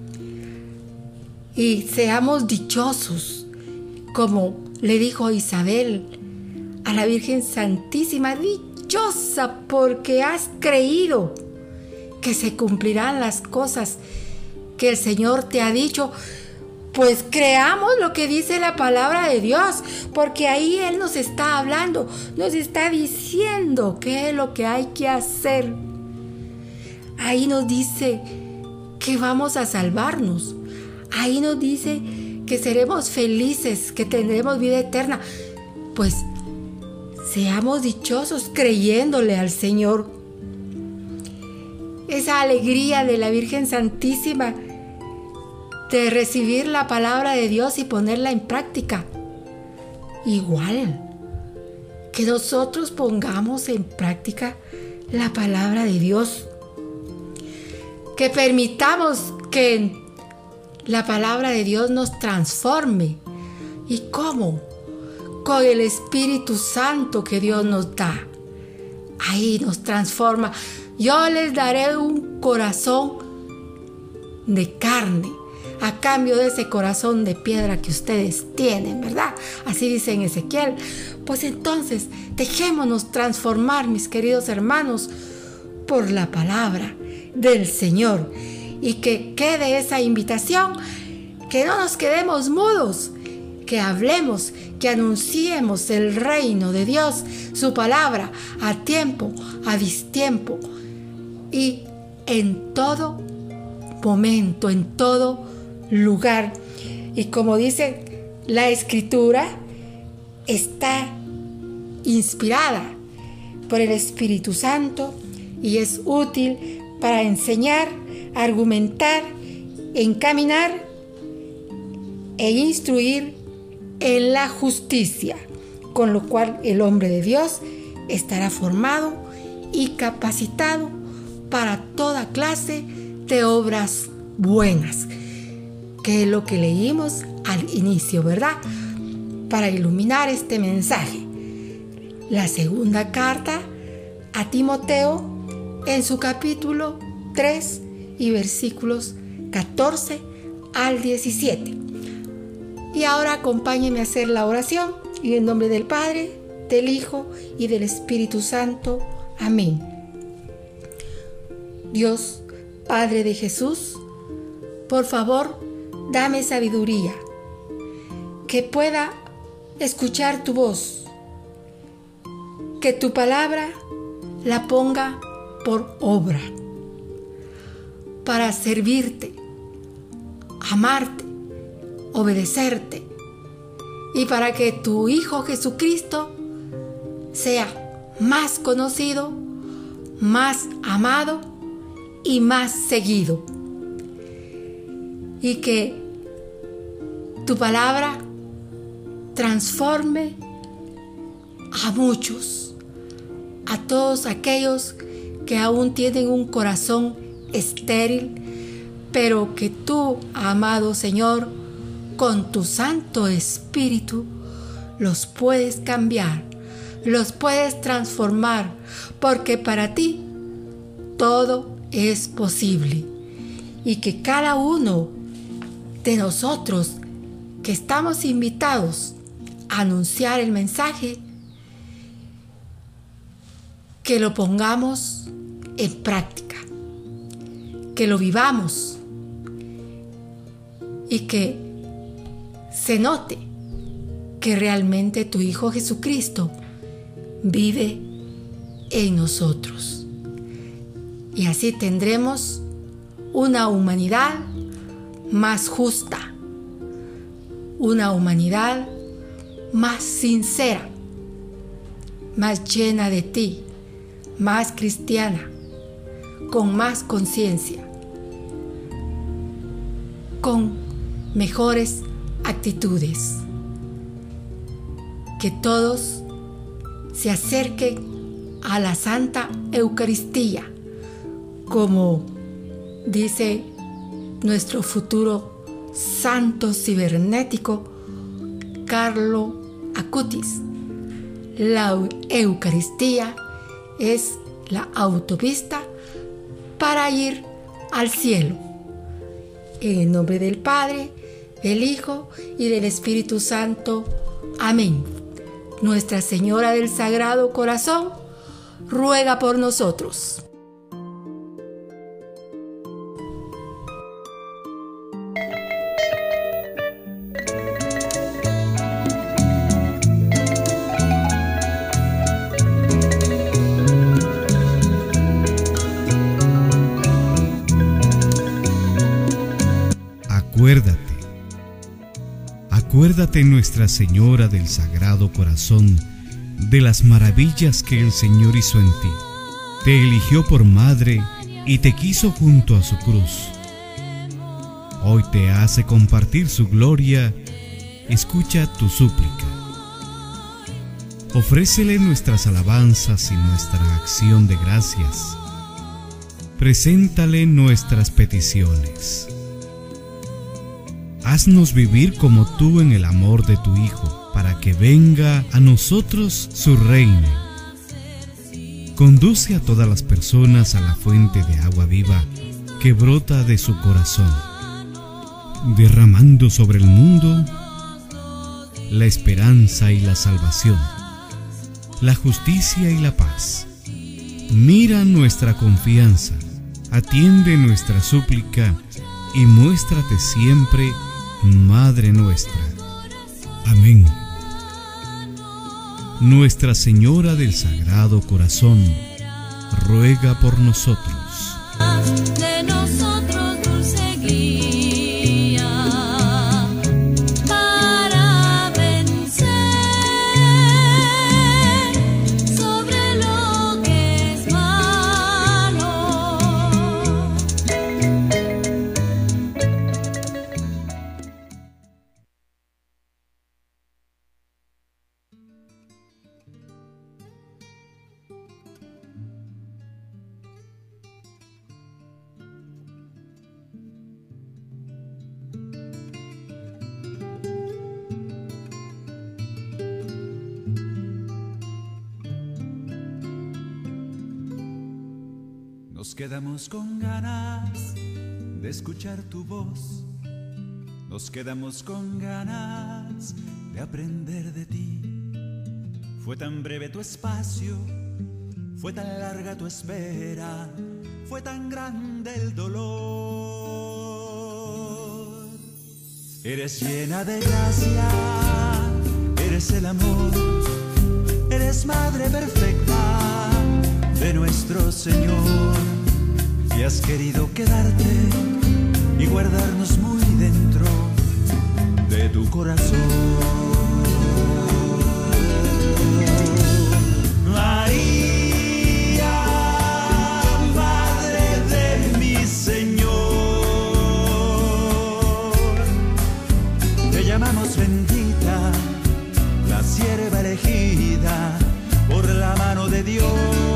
Speaker 1: y seamos dichosos, como le dijo Isabel a la Virgen Santísima: dichosa porque has creído que se cumplirán las cosas que el Señor te ha dicho. Pues creamos lo que dice la palabra de Dios, porque ahí Él nos está hablando, nos está diciendo qué es lo que hay que hacer. Ahí nos dice que vamos a salvarnos. Ahí nos dice que seremos felices, que tendremos vida eterna. Pues seamos dichosos creyéndole al Señor. Esa alegría de la Virgen Santísima de recibir la palabra de Dios y ponerla en práctica. Igual que nosotros pongamos en práctica la palabra de Dios. Que permitamos que la palabra de Dios nos transforme. ¿Y cómo? Con el Espíritu Santo que Dios nos da. Ahí nos transforma. Yo les daré un corazón de carne a cambio de ese corazón de piedra que ustedes tienen, ¿verdad? Así dice en Ezequiel. Pues entonces, dejémonos transformar, mis queridos hermanos, por la palabra del Señor. Y que quede esa invitación, que no nos quedemos mudos, que hablemos, que anunciemos el reino de Dios, su palabra, a tiempo, a distiempo, y en todo momento, en todo lugar. Y como dice la Escritura, está inspirada por el Espíritu Santo y es útil para enseñar, argumentar, encaminar e instruir en la justicia, con lo cual el hombre de Dios estará formado y capacitado para toda clase de obras buenas, que es lo que leímos al inicio, ¿verdad? Para iluminar este mensaje. La segunda carta a Timoteo en su capítulo 3 y versículos 14 al 17. Y ahora acompáñenme a hacer la oración en el nombre del Padre, del Hijo y del Espíritu Santo. Amén. Dios, Padre de Jesús, por favor, dame sabiduría, que pueda escuchar tu voz, que tu palabra la ponga por obra, para servirte, amarte, obedecerte, y para que tu Hijo Jesucristo sea más conocido, más amado y más seguido. Y que tu palabra transforme a muchos, a todos aquellos que aún tienen un corazón estéril, pero que tú, amado Señor, con tu Santo Espíritu, los puedes cambiar, los puedes transformar, porque para ti todo es posible. Y que cada uno de nosotros que estamos invitados a anunciar el mensaje, que lo pongamos en práctica, que lo vivamos y que se note que realmente tu Hijo Jesucristo vive en nosotros. Y así tendremos una humanidad más justa, una humanidad más sincera, más llena de ti, más cristiana, con más conciencia, con mejores actitudes. Que todos se acerquen a la Santa Eucaristía, como dice nuestro futuro santo cibernético Carlo Acutis. La Eucaristía es la autopista para ir al cielo. En el nombre del Padre, del Hijo y del Espíritu Santo. Amén. Nuestra Señora del Sagrado Corazón ruega por nosotros.
Speaker 3: Acuérdate, Nuestra Señora del Sagrado Corazón, de las maravillas que el Señor hizo en ti. Te eligió por madre y te quiso junto a su cruz. Hoy te hace compartir su gloria. Escucha tu súplica. Ofrécele nuestras alabanzas y nuestra acción de gracias. Preséntale nuestras peticiones. Haznos vivir como tú en el amor de tu Hijo, para que venga a nosotros su reino. Conduce a todas las personas a la fuente de agua viva que brota de su corazón, derramando sobre el mundo la esperanza y la salvación, la justicia y la paz. Mira nuestra confianza, atiende nuestra súplica y muéstrate siempre Madre nuestra. Amén. Nuestra Señora del Sagrado Corazón, ruega por nosotros.
Speaker 4: De nosotros dulce guía, para vencer sobre lo que es malo.
Speaker 2: Nos quedamos con ganas de escuchar tu voz. Nos quedamos con ganas de aprender de ti. Fue tan breve tu espacio, fue tan larga tu espera, fue tan grande el dolor. Eres llena de gracia, eres el amor, eres madre perfecta de nuestro Señor. Y has querido quedarte y guardarnos muy dentro de tu corazón. María, Madre de mi Señor, te llamamos bendita, la sierva elegida por la mano de Dios.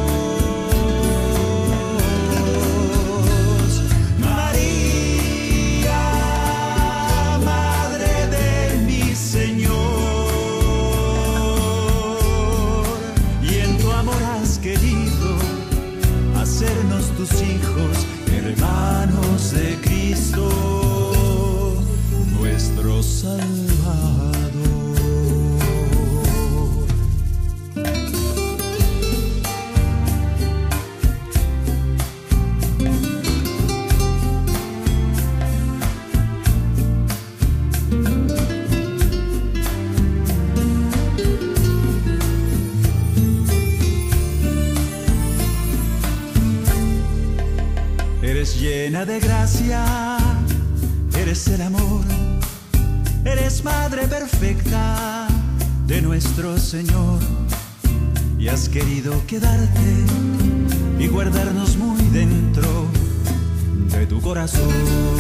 Speaker 2: Hacernos tus hijos, hermanos de Cristo, nuestro Salvador. Eres llena de gracia, eres el amor, eres madre perfecta de nuestro Señor. Y has querido quedarte y guardarnos muy dentro de tu corazón.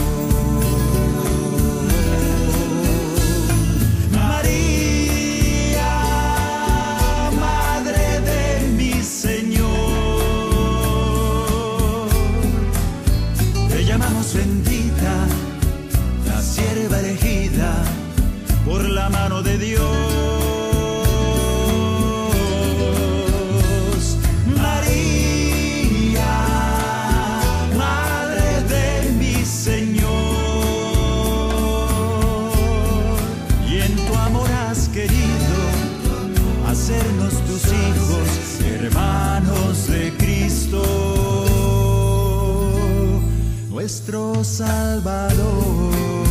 Speaker 2: María, Madre de mi Señor, llamamos bendita, la sierva elegida por la mano de Dios. María, Madre de mi Señor, y en tu amor has querido hacernos tus hijos, hermanos de Cristo, nuestro Salvador.